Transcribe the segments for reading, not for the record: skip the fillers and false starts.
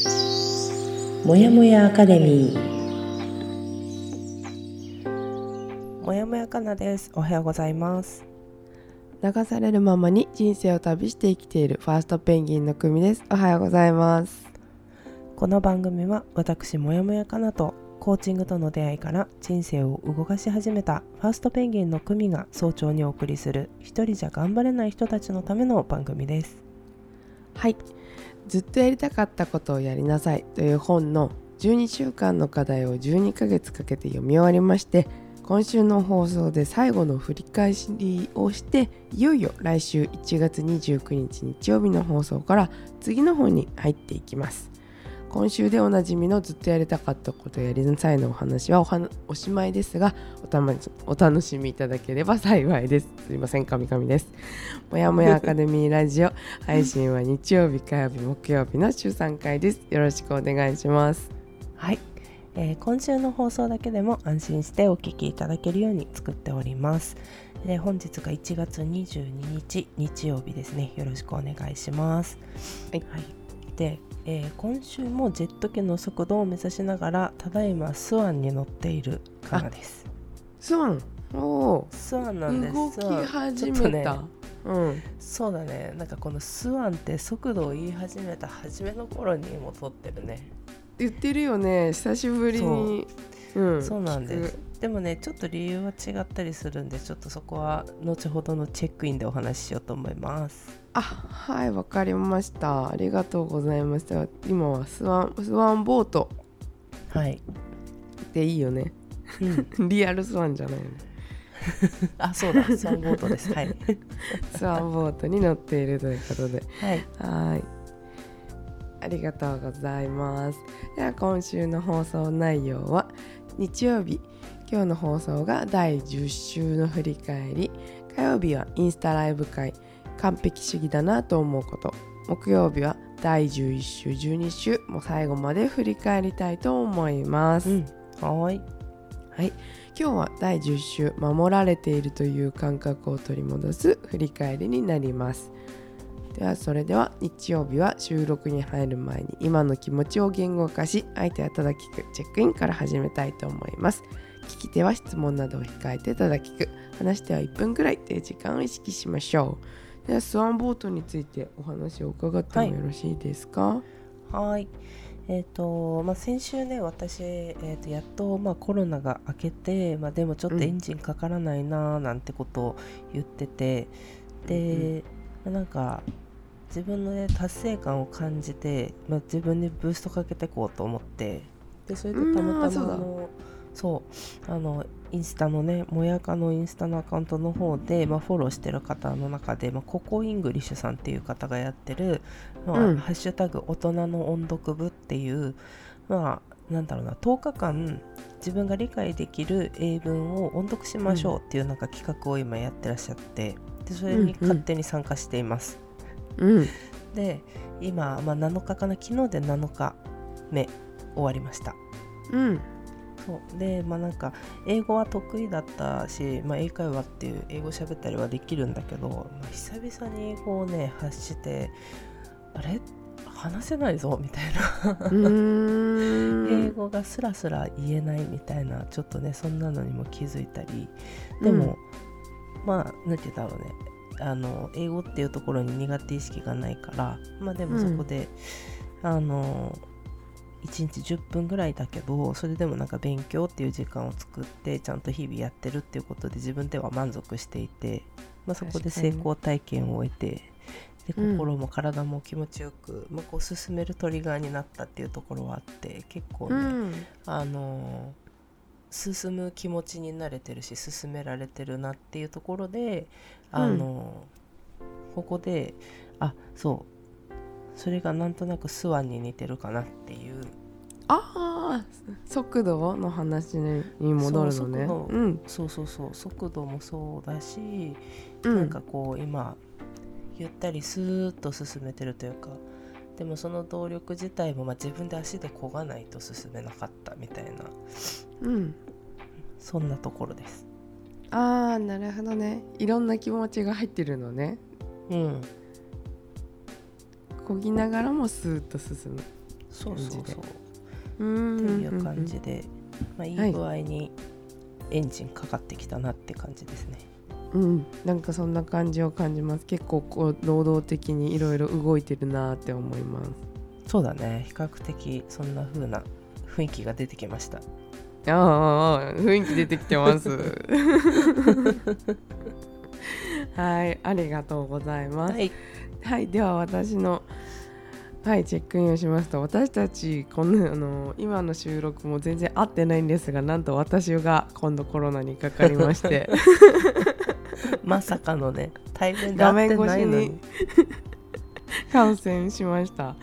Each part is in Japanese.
もやもやアカデミー。 もやもやかなです。おはようございます。 流されるままに人生を旅して生きているファーストペンギンの久美です。おはようございます。 この番組は私もやもやかなとコーチングとの出会いから人生を動かし始めたファーストペンギンの久美が早朝にお送りする一人じゃ頑張れない人たちのための番組です。 はい、ずっとやりたかったことをやりなさいという本の12週間の課題を12ヶ月かけて読み終わりまして、今週の放送で最後の振り返りをして、いよいよ来週1月29日日曜日の放送から次の本に入っていきます。今週でおなじみのずっとやりたかったことをやりなさいのお話は おしまいですが、お楽しみいただければ幸いです。すいません、神々です。もやもやアカデミーラジオ配信は日曜日、火曜日、木曜日の週3回です。よろしくお願いします。 はい、今週の放送だけでも安心してお聞きいただけるように作っております。本日が1月22日日曜日ですね。よろしくお願いします。 はい、 で今週もジェット機の速度を目指しながらただいまスワンに乗っているかなです。 スワン、 スワンなんです。 動き始めた、 そうだね。なんかこのスワンって速度を言い始めた初めの頃にも撮ってるね。 言ってるよね、久しぶりに。 そうなんです。でもね、ちょっと理由は違ったりするんで、ちょっとそこは後ほどのチェックインでお話ししようと思います。 はい、わかりました。ありがとうございました。今はスワンボートでいいよね、リアルスワンじゃないよね。 そうだ、スワンボートです。はい、 スワンボートに乗っているということで、 はい、 ありがとうございます。では今週の放送内容は、日曜日、今日の放送が第10週の振り返り、火曜日はインスタライブ会完璧主義だなと思うこと、木曜日は第11週12週もう最後まで振り返りたいと思います。 はい、 今日は第10週守られているという感覚を取り戻す振り返りになります。ではそれでは日曜日は収録に入る前に今の気持ちを言語化し、相手はただ聞くチェックインから始めたいと思います。聞き手は質問などを控えてただ聞く、話しては1分くらいという時間を意識しましょう。ではスワンボートについてお話を伺ってもよろしいですか？ はい、先週ね、私、やっと、コロナが明けて、でもちょっとエンジンかからないななんてことを言ってて、で、なんか自分の、達成感を感じて、自分にブーストかけていこうと思って、でそれでたまたまインスタのね、もやかのインスタのアカウントの方で、フォローしてる方の中で、ココイングリッシュさんっていう方がやってる、ハッシュタグ大人の音読部っていう、10日間自分が理解できる英文を音読しましょうっていう企画を今やってらっしゃって、でそれに勝手に参加しています。で今、7日かな、昨日で7日目終わりました。そうで、英語は得意だったし、英会話っていう英語喋ったりはできるんだけど、久々に英語をね発して、あれ話せないぞみたいな英語がスラスラ言えないみたいな、ちょっとねそんなのにも気づいたり、でも、なんて言うんだろうね、英語っていうところに苦手意識がないから、でもそこで、1日10分ぐらいだけど、それでも勉強っていう時間を作ってちゃんと日々やってるっていうことで自分では満足していて、そこで成功体験を得て、で心も体も気持ちよく、こう進めるトリガーになったっていうところはあって、結構ね、進む気持ちになれてるし進められてるなっていうところで、ここでそれがなんとなくスワンに似てるかなっていう。 速度の話に戻るのね。 そう速度もそうだし、こう今ゆったりスーッと進めてるというか、でもその動力自体も自分で足で漕がないと進めなかったみたいな、そんなところです。 なるほどね。いろんな気持ちが入ってるのね。漕ぎながらもスーッと進む。 そうそうそうってういう感じで、いい具合にエンジンかかってきたなって感じですね。 なんかそんな感じを感じます。結構こう能動的にいろいろ動いてるなって思います。 そうだね、比較的そんな風な雰囲気が出てきました。 雰囲気出てきてますはい、ありがとうございます。はい、では私のチェックインをしますと、私たちこの今の収録も全然合ってないんですが、なんと私が今度コロナにかかりましてまさかのね、対面で会ってないのに感染しました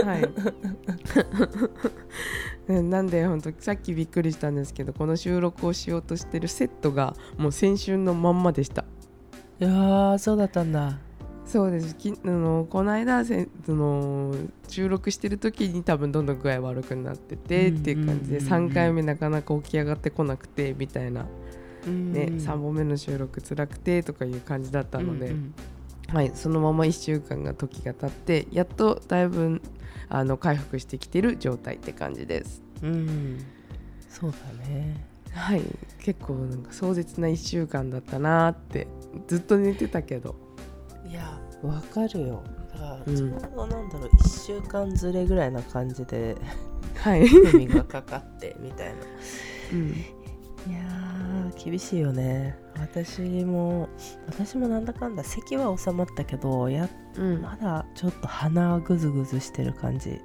なんで本当さっきびっくりしたんですけど、この収録をしようとしてるセットがもう先週のまんまでした。 いやー、そうだったんだ。 そうです。この間収録してる時に多分どんどん具合悪くなっててっていう感じで、3回目なかなか起き上がってこなくてみたいな、3本目の収録辛くてとかいう感じだったので、そのまま1週間が時が経ってやっとだいぶ回復してきてる状態って感じです。 そうだね。 結構なんか壮絶な1週間だったなってずっと寝てたけど。 いや、わかるよ。だからちょうど1週間ずれぐらいな感じで海がかかってみたいな、いやー厳しいよね。私もなんだかんだ咳は収まったけどまだちょっと鼻ぐずぐずしてる感じ。や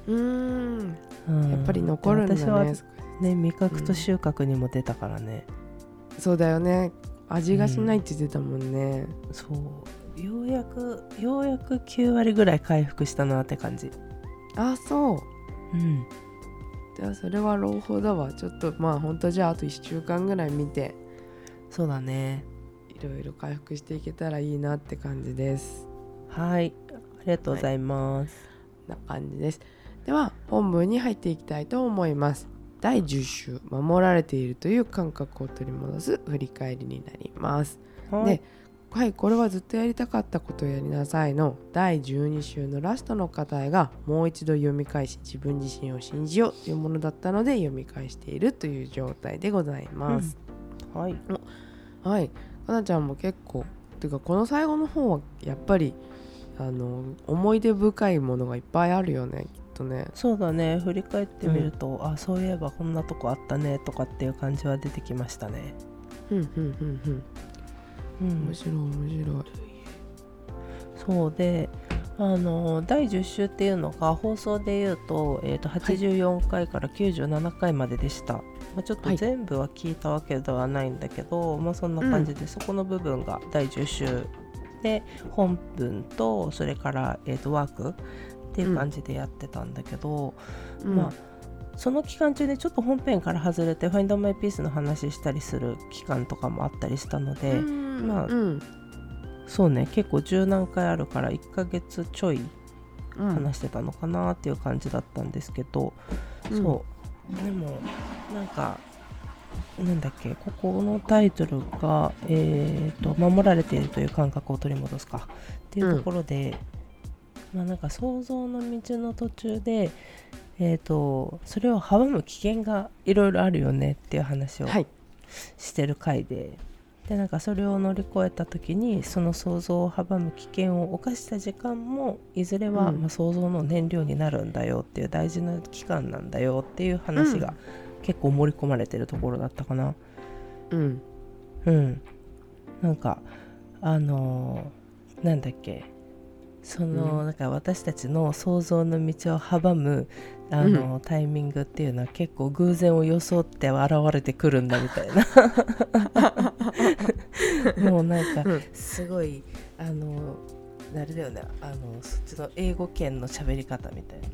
っぱり残るんだね。 私はね、味覚と収穫にも出たからね。 そうだよね、味がしないって言ってたもんね。 そうようやく9割ぐらい回復したなって感じ。 そう。じゃあそれは朗報だわ。ちょっと本当じゃああと1週間ぐらい見て、 そうだね、 いろいろ回復していけたらいいなって感じです。 ありがとうございます。 な感じです。では本文に入っていきたいと思います。第10週守られているという感覚を取り戻す振り返りになります。で、これはずっとやりたかったことをやりなさいの第12週のラストの課題がもう一度読み返し自分自身を信じようというものだったので読み返しているという状態でございます。かなちゃんも結構てかこの最後の方はやっぱり思い出深いものがいっぱいあるよね、きっとね。 そうだね、振り返ってみると、そういえばこんなとこあったねとかっていう感じは出てきましたね。 面白い。そうで第10週っていうのが放送でいうと、84回から97回まででした。ちょっと全部は聞いたわけではないんだけど、そんな感じで、そこの部分が第10週で本文とそれから、ワークっていう感じでやってたんだけど、その期間中でちょっと本編から外れて Find My Peace の話したりする期間とかもあったりしたので、そうね、結構十何回あるから1ヶ月ちょい話してたのかなっていう感じだったんですけど、そうでもなんだっけ、ここのタイトルが、守られているという感覚を取り戻すかっていうところで、想像の道の途中で、それを阻む危険がいろいろあるよねっていう話をしてる回で、それを乗り越えた時にその想像を阻む危険を冒した時間もいずれは、想像の燃料になるんだよっていう大事な期間なんだよっていう話が、結構盛り込まれてるところだったかな。なんだっけ、私たちの想像の道を阻むタイミングっていうのは結構偶然を装って現れてくるんだみたいなもうすごいあれだよね、そっちの英語圏の喋り方みたいな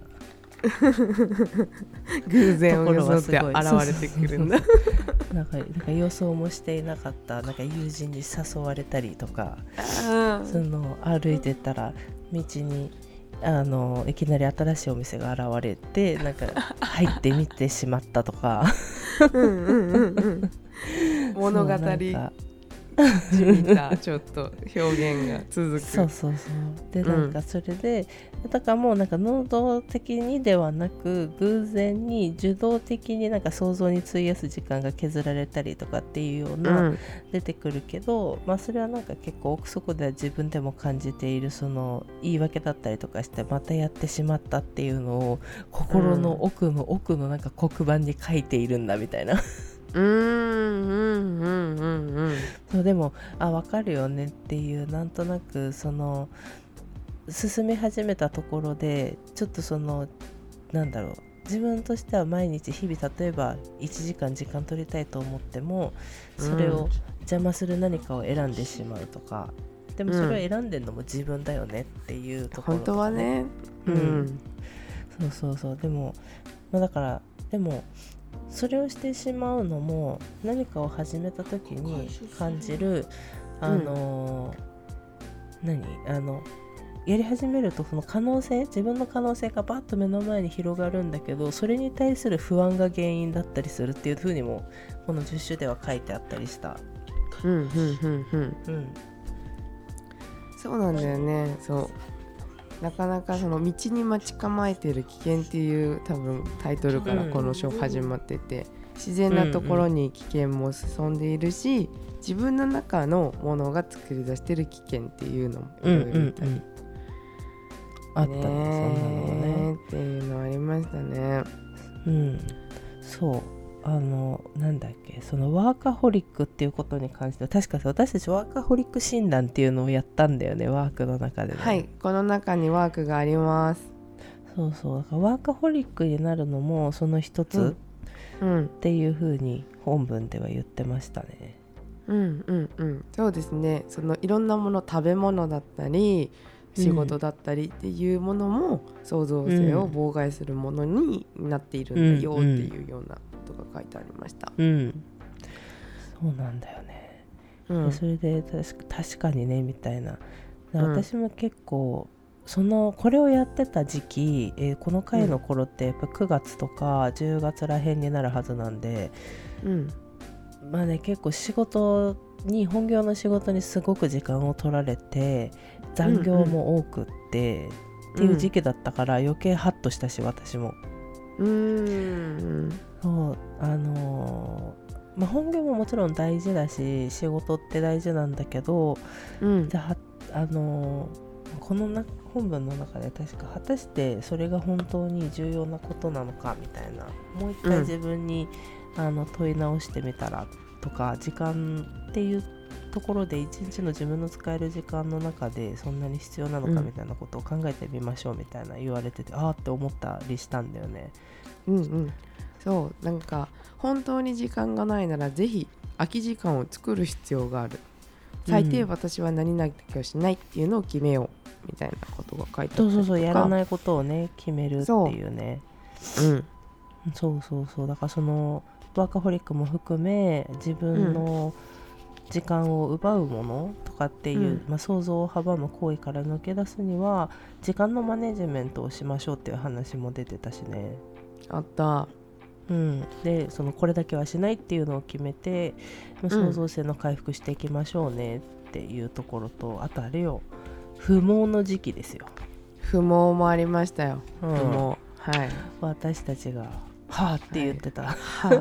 偶然を装って現れてくるんだ。 予想もしていなかった友人に誘われたりとか、歩いてたら道にいきなり新しいお店が現れて入ってみてしまったとか物語地味なちょっと表現が続く。 そうそうそうでなんかそれで、だからもうなんか能動的にではなく偶然に受動的になんか想像に費やす時間が削られたりとかっていうような、出てくるけど、まあそれはなんか結構奥底では自分でも感じているその言い訳だったりとかしてまたやってしまったっていうのを心の奥の奥のなんか黒板に書いているんだみたいなそうでも分かるよねっていうなんとなくその進み始めたところでちょっとそのなんだろう自分としては毎日日々例えば1時間時間取りたいと思ってもそれを邪魔する何かを選んでしまうとか、でもそれを選んでるのも自分だよねっていうところとか、 本当はね、 そうでも、まあ、だからでもそれをしてしまうのも何かを始めた時に感じるやり始めるとその可能性自分の可能性がバッと目の前に広がるんだけど、それに対する不安が原因だったりするっていう風にもこの10種では書いてあったりした。 そうなんだよね。そうなかなかその道に待ち構えてる危険っていう多分タイトルからこの書始まってて、自然なところに危険も潜んでいるし、自分の中のものが作り出してる危険っていうのもいろいろいたり、 あったね、そんなのもねっていうのありましたね。 そうなんだっけ、そのワーカホリックっていうことに関しては確か私たちワーカホリック診断っていうのをやったんだよね、ワークの中でね。 はい、この中にワークがあります。 そうだからワーカホリックになるのもその一つっていう風に本文では言ってましたね。 そうですね。そのいろんなもの、食べ物だったり仕事だったりっていうものも創造性を妨害するものになっているんだよっていうようなことが書いてありました。 そうなんだよね。でそれで確かにねみたいな。私も結構これをやってた時期、この回の頃ってやっぱ9月とか10月らへんになるはずなんで、まあね結構本業の仕事にすごく時間を取られて残業も多くってっていう時期だったから余計ハッとしたし、私もそう本業ももちろん大事だし仕事って大事なんだけど、じゃあこの本文の中で確か果たしてそれが本当に重要なことなのかみたいな、もう一回自分に、問い直してみたらとか、時間っていうところで一日の自分の使える時間の中でそんなに必要なのかみたいなことを考えてみましょうみたいな言われてて、あーって思ったりしたんだよね。 そうなんか本当に時間がないならぜひ空き時間を作る必要がある。最低私は何々をしないっていうのを決めようみたいなことが書いてあったりとか。 そうやらないことをね決めるっていうね。そうだからそのワーカホリックも含め自分の時間を奪うものとかっていう、想像を阻む行為から抜け出すには時間のマネジメントをしましょうっていう話も出てたしね。 あった。 でこれだけはしないっていうのを決めて創造性の回復していきましょうねっていうところと、あとあれよ、不毛の時期ですよ。 不毛もありましたよ。不毛、 私たちがはぁって言ってた、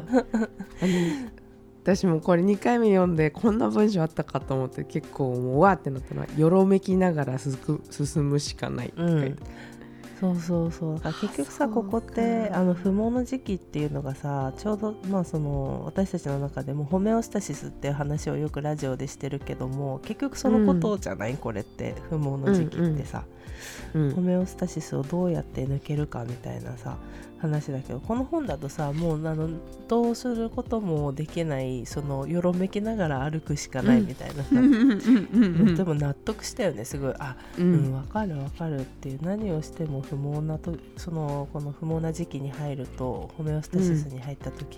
私もこれ2回目読んでこんな文章あったかと思って結構もうわーってなったのは、よろめきながら進むしかないって書いてそうだから結局さ、ここって不毛の時期っていうのがさ、ちょうど私たちの中でもホメオスタシスっていう話をよくラジオでしてるけども、結局そのことじゃない、これって不毛の時期ってさ、ホメオスタシスをどうやって抜けるかみたいなさ話だけど、この本だとさ、もうどうすることもできない、よろめきながら歩くしかないみたいなさ、でも納得したよね、すごい。わかるっていう、何をしても不毛なとこの不毛な時期に入ると、ホメオスタシスに入った時って、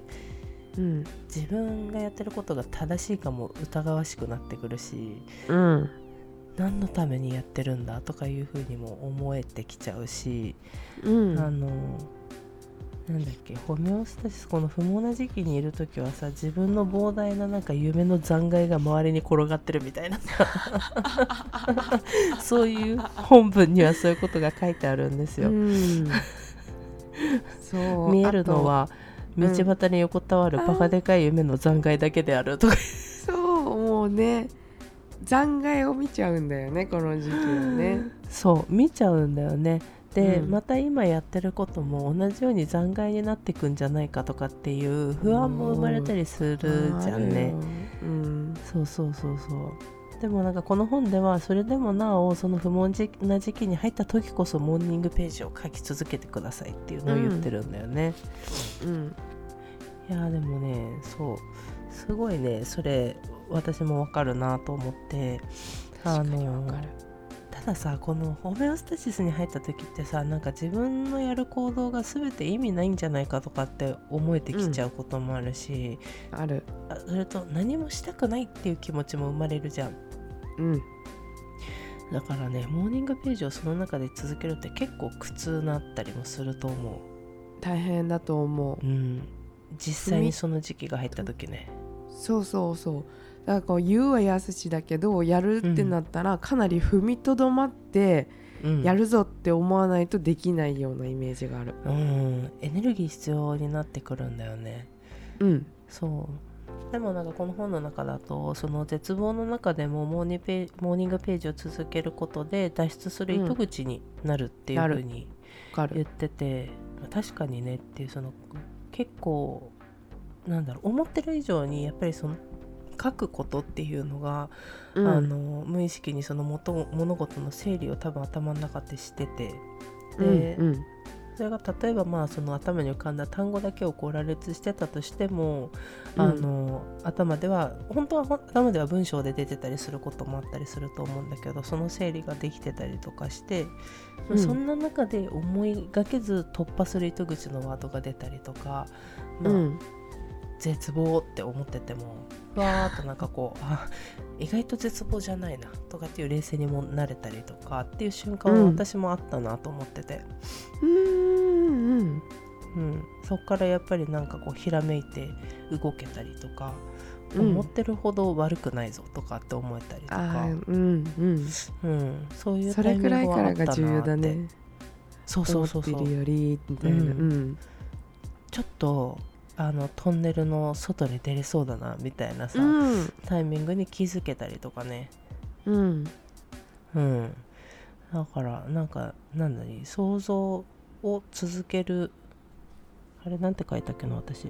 自分がやってることが正しいかも疑わしくなってくるし、何のためにやってるんだとかいうふうにも思えてきちゃうし、 なんだっけ、ホメオスタシス、この不毛な時期にいるときはさ、自分の膨大ななんか夢の残骸が周りに転がってるみたいなさそういう本文にはそういうことが書いてあるんですよ。 そう見えるのは道端に横たわるバカでかい夢の残骸だけであるとかそうもうね、残骸を見ちゃうんだよね、この時期はね。 そう見ちゃうんだよね。で、また今やってることも同じように残骸になってくんじゃないかとかっていう不安も生まれたりするじゃんね。そうそうそうそう。でもなんかこの本ではそれでもなおその不毛な時期に入った時こそモーニングページを書き続けてくださいっていうのを言ってるんだよね。いやでもね、そうすごいね、それ私もわかるなと思って、 確かにわかる。 たださ、このホメオスタシスに入った時ってさ、なんか自分のやる行動が全て意味ないんじゃないかとかって思えてきちゃうこともあるし、 ある。 それと何もしたくないっていう気持ちも生まれるじゃん。だからね、モーニングページをその中で続けるって結構苦痛になったりもすると思う。 大変だと思う。 実際にその時期が入った時ね。 そうそうそう。だからこう言うはやすしだけど、やるってなったらかなり踏みとどまって、やるぞって思わないとできないようなイメージがある。 エネルギー必要になってくるんだよね。そうでもなんかこの本の中だと、その絶望の中でもモーニングページを続けることで脱出する糸口になるっていう風に言ってて、確かにねっていう、その結構なんだろう、思ってる以上にやっぱりその書くことっていうのが、無意識にその物事の整理を多分頭の中でしてて、で、それが例えばまあその頭に浮かんだ単語だけをこう羅列してたとしても、頭では本当は頭では文章で出てたりすることもあったりすると思うんだけど、その整理ができてたりとかして、そんな中で思いがけず突破する糸口のワードが出たりとか、絶望って思っててもわーっとなんかこう意外と絶望じゃないなとかっていう冷静にもなれたりとかっていう瞬間は私もあったなと思ってて、そっからやっぱりなんかこうひらめいて動けたりとか、思ってるほど悪くないぞとかって思えたりとか、そういうタイミングはあったなって。それくらいからが重要だね。そう思ってるよりみたいな、ちょっとトンネルの外に出れそうだなみたいなさ、タイミングに気づけたりとかね。だからなんか想像を続ける、あれなんて書いたっけな私。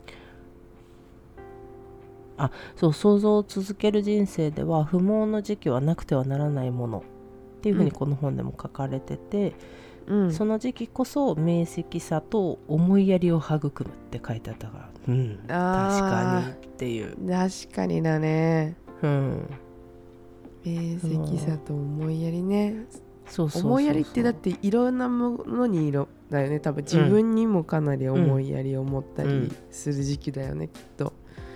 そう、想像を続ける人生では不毛の時期はなくてはならないものっていうふうにこの本でも書かれてて、その時期こそ明晰さと思いやりを育むって書いてあったから、確かにっていう。 確かにだね。明晰さと思いやりね。思いやりってだっていろんなものにだよね。多分自分にもかなり思いやりを持ったりする時期だよね、きっと。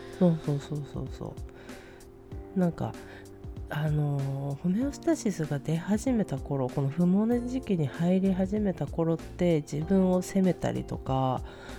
そうなんかホメオスタシスが出始めた頃、この不毛な時期に入り始めた頃って自分を責めたりとか、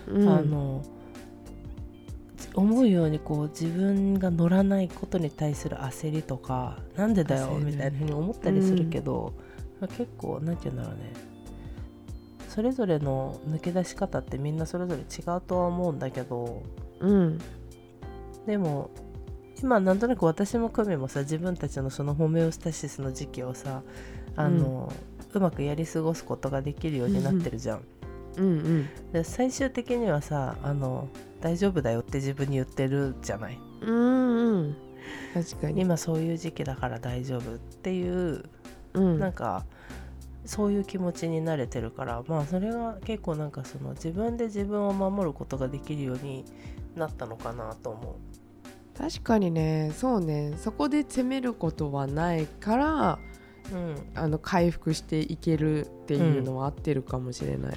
思うようにこう自分が乗らないことに対する焦りとか、なんでだよみたいなふうに思ったりするけど、結構なんていうんだろうね、それぞれの抜け出し方ってみんなそれぞれ違うとは思うんだけど、でも今なんとなく私も久美もさ、自分たちのそのホメオスタシスの時期をさ、うまくやり過ごすことができるようになってるじゃん。で最終的にはさ、大丈夫だよって自分に言ってるじゃない。確かに今そういう時期だから大丈夫っていう、なんかそういう気持ちに慣れてるから、まあそれは結構なんかその自分で自分を守ることができるようになったのかなと思う。 確かにね、そうね、そこで責めることはないから、回復していけるっていうのは合ってるかもしれない。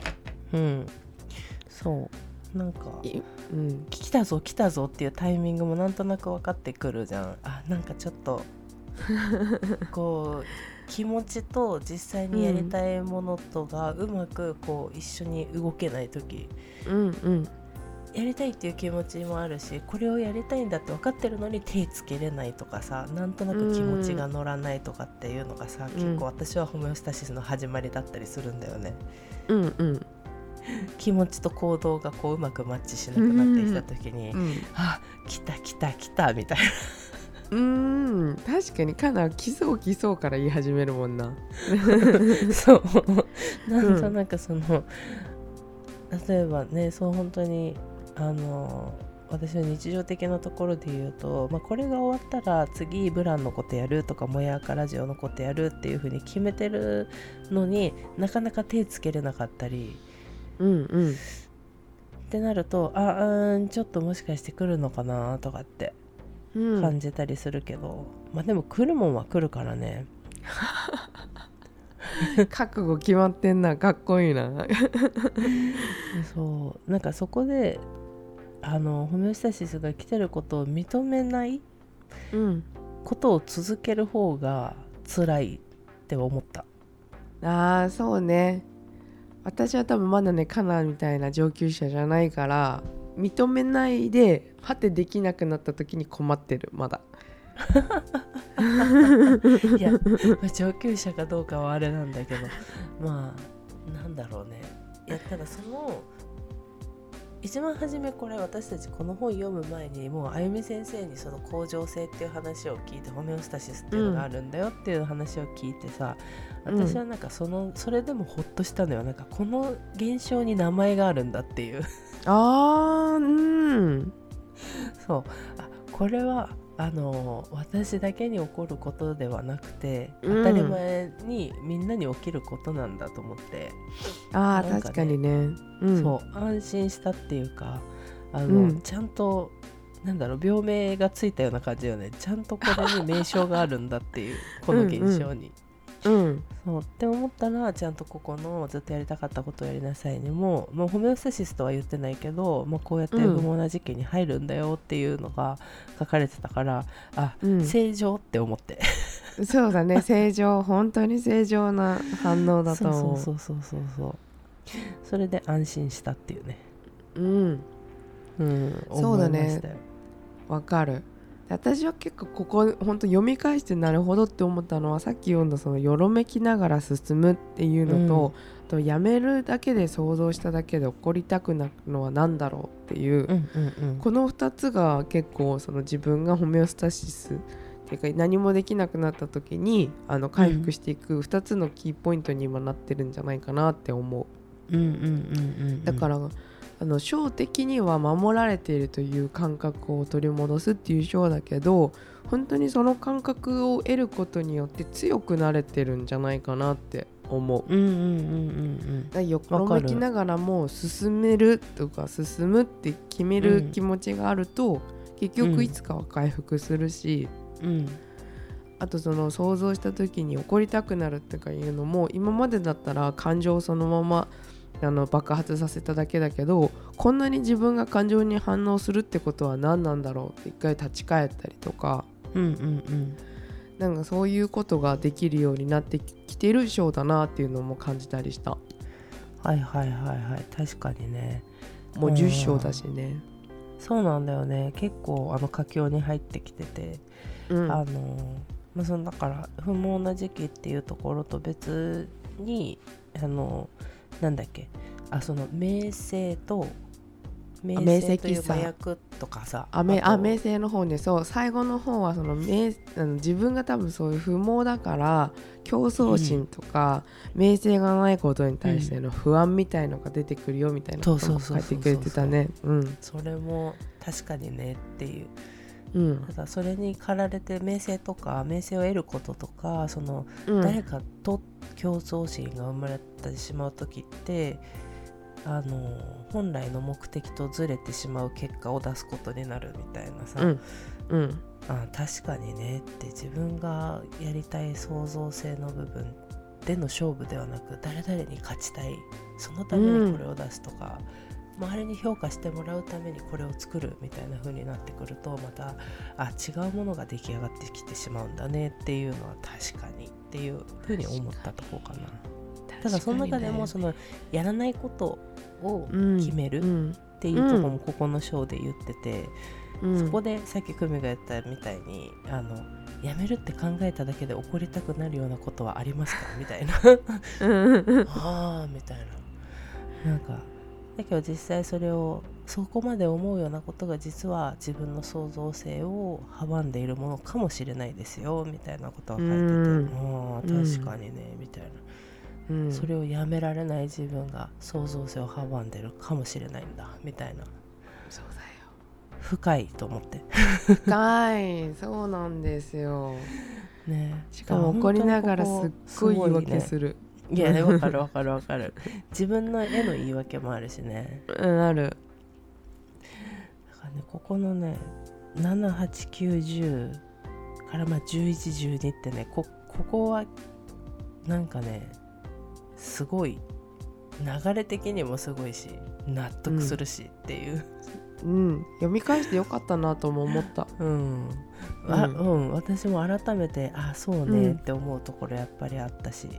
そうなんか、来たぞっていうタイミングもなんとなく分かってくるじゃん。なんかちょっとこう気持ちと実際にやりたいものとがうまくこう一緒に動けない時、やりたいっていう気持ちもあるし、これをやりたいんだって分かってるのに手つけれないとかさ、なんとなく気持ちが乗らないとかっていうのがさ、結構私はホメオスタシスの始まりだったりするんだよね。気持ちと行動がこううまくマッチしなくなってきた時に、あ、来た来た来たみたいな確かにかな、来そうから言い始めるもんなそうなんとなくその、例えばね、そう本当に私は日常的なところで言うと、これが終わったら次ブランのことやるとかもやかラジオのことやるっていう風に決めてるのになかなか手つけれなかったり、ってなると、ちょっともしかして来るのかなとかって感じたりするけど、でも来るもんは来るからね覚悟決まってんな、かっこいいなそうなんかそこでホメオスタシスが来てることを認めないことを続ける方が辛いって思った。 そうね、私は多分まだねカナみたいな上級者じゃないから認めないではてできなくなった時に困ってる、まだいや上級者かどうかはあれなんだけど、なんだろうね。いやただその一番初め、これ私たちこの本読む前にもうあゆみ先生にその恒常性っていう話を聞いて、ホメオスタシスっていうのがあるんだよっていう話を聞いてさ、私はなんかそれでもほっとしたのよ。なんかこの現象に名前があるんだっていうそう、これは私だけに起こることではなくて、当たり前にみんなに起きることなんだと思って、 確かにね、 そう安心したっていうか、ちゃんとなんだろう、病名がついたような感じよね。ちゃんとこれに名称があるんだっていうこの現象にそうって思ったら、ちゃんとここのずっとやりたかったことをやりなさいにもうホメオスタシスとは言ってないけど、こうやって不毛な時期に入るんだよっていうのが書かれてたから、正常って思ってそうだね、正常、本当に正常な反応だと思う。 そうそれで安心したっていうね。 そうだね、わかる。私は結構ここ本当読み返してなるほどって思ったのは、さっき読んだそのよろめきながら進むっていうのと、あとやめるだけで想像しただけで起こりたくなるのは何だろうっていう、この2つが結構その自分がホメオスタシスっていうか何もできなくなった時に回復していく2つのキーポイントに今なってるんじゃないかなって思う。だから章的には守られているという感覚を取り戻すっていう章だけど、本当にその感覚を得ることによって強くなれてるんじゃないかなって思う。よろめきながらも進めるとか進むって決める気持ちがあると、結局いつかは回復するし、あとその想像した時に怒りたくなるとかいうのも、今までだったら感情をそのまま爆発させただけだけど、こんなに自分が感情に反応するってことは何なんだろうって一回立ち返ったりとか、なんかそういうことができるようになってきてる章だなっていうのも感じたりした。 確かにね、 もう10章だしね。 そうなんだよね。結構佳境に入ってきてて、そのだから不毛な時期っていうところと別になんだっけ、その名声と名声という麻薬とかさ、 名声の方ね。そう、最後の方はその自分が多分そういう不毛だから競争心とか、名声がないことに対しての不安みたいのが出てくるよみたいなことも書いてくれてたね。 それも確かにねっていう。ただそれに駆られて名声とか名声を得ることとか、その誰かと競争心が生まれてしまう時って、本来の目的とずれてしまう結果を出すことになるみたいなさ、確かにねって、自分がやりたい創造性の部分での勝負ではなく、誰々に勝ちたい、そのためにこれを出すとか、 周りに評価してもらうためにこれを作るみたいな風になってくると、また違うものが出来上がってきてしまうんだねっていうのは確かにっていう風に思ったところかな。ただその中でもそのやらないことを決めるっていうところもここの章で言ってて、そこでさっき久美が言ったみたいにやめるって考えただけで怒りたくなるようなことはありますかみたいなああみたいな、なんかだけど実際それをそこまで思うようなことが実は自分の創造性を阻んでいるものかもしれないですよみたいなことは書いてて、確かにねみたいな、それをやめられない自分が創造性を阻んでるかもしれないんだみたいな。 そうだよ、 深いと思って深い、そうなんですよね。 しかも怒りながらすっごい言い訳する。 いやね、わかるわかるわかる自分の絵の言い訳もあるしね。 ある。 だからね、ここのね7、8、9、10から11、12ってね、ここはなんかねすごい流れ的にもすごいし納得するしっていう、 読み返してよかったなとも思った。 私も改めてそうねって思うところやっぱりあったし、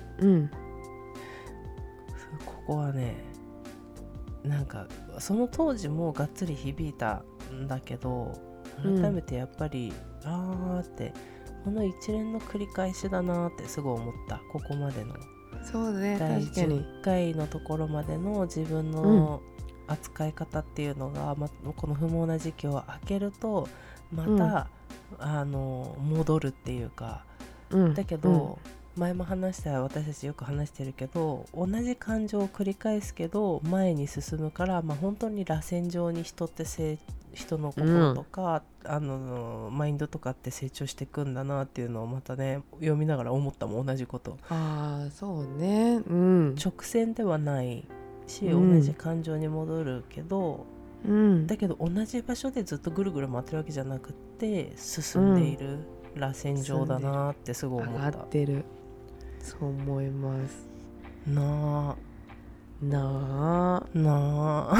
ここはねなんかその当時もがっつり響いたんだけど、改めてやっぱりってこの一連の繰り返しだなってすごい思った。ここまでのそうね、 第確かに 10回のところまでの自分の扱い方っていうのが、この不毛な時期を開けるとまた、戻るっていうか、だけど、前も話した私たちよく話してるけど、同じ感情を繰り返すけど前に進むから、本当に螺旋状に人の心とか、マインドとかって成長していくんだなっていうのをまたね読みながら思ったもん。同じこと。 そうね、 直線ではないし、同じ感情に戻るけど、だけど同じ場所でずっとぐるぐる回ってるわけじゃなくって進んでいる螺旋状だなってすごい思った。 上がってる、そう思いますなあ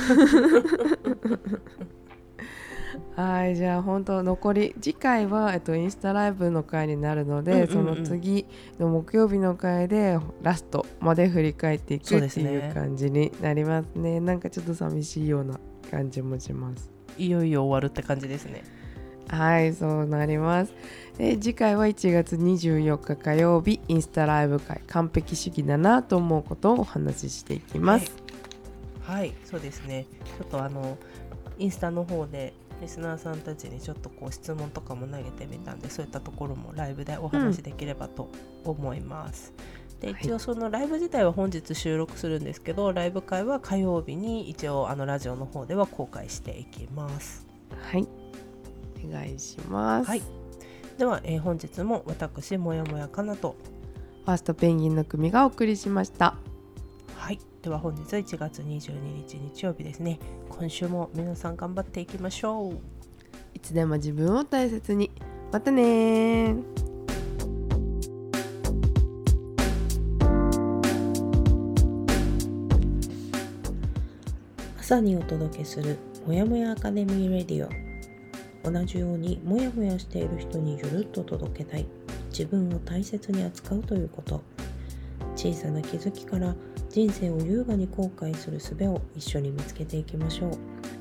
はい、じゃあ本当残り次回は、インスタライブの回になるので、その次の木曜日の回でラストまで振り返っていくっていう感じになりますね。なんかちょっと寂しいような感じもします。 いよいよ終わるって感じですね。 はい、そうなります。で、次回は1月24日火曜日、インスタライブ会、完璧主義だなと思うことをお話ししていきます。 はい、そうですね。ちょっとインスタの方でリスナーさんたちにちょっと質問とかも投げてみたんで、そういったところもライブでお話できればと思います。で、一応そのライブ自体は本日収録するんですけど、ライブ会は火曜日に一応ラジオの方では公開していきます。はい、 お願いします。 はい、では、本日も私もやもやかなとファーストペンギンの組がお送りしました。 はい、では本日は1月22日日曜日ですね。今週も皆さん頑張っていきましょう。 いつでも自分を大切に。またね。 朝にお届けするもやもやアカデミーレディオ。同じようにもやもやしている人にゆるっと届けたい、自分を大切に扱うということ。小さな気づきから人生を優雅に後悔する術を一緒に見つけていきましょう。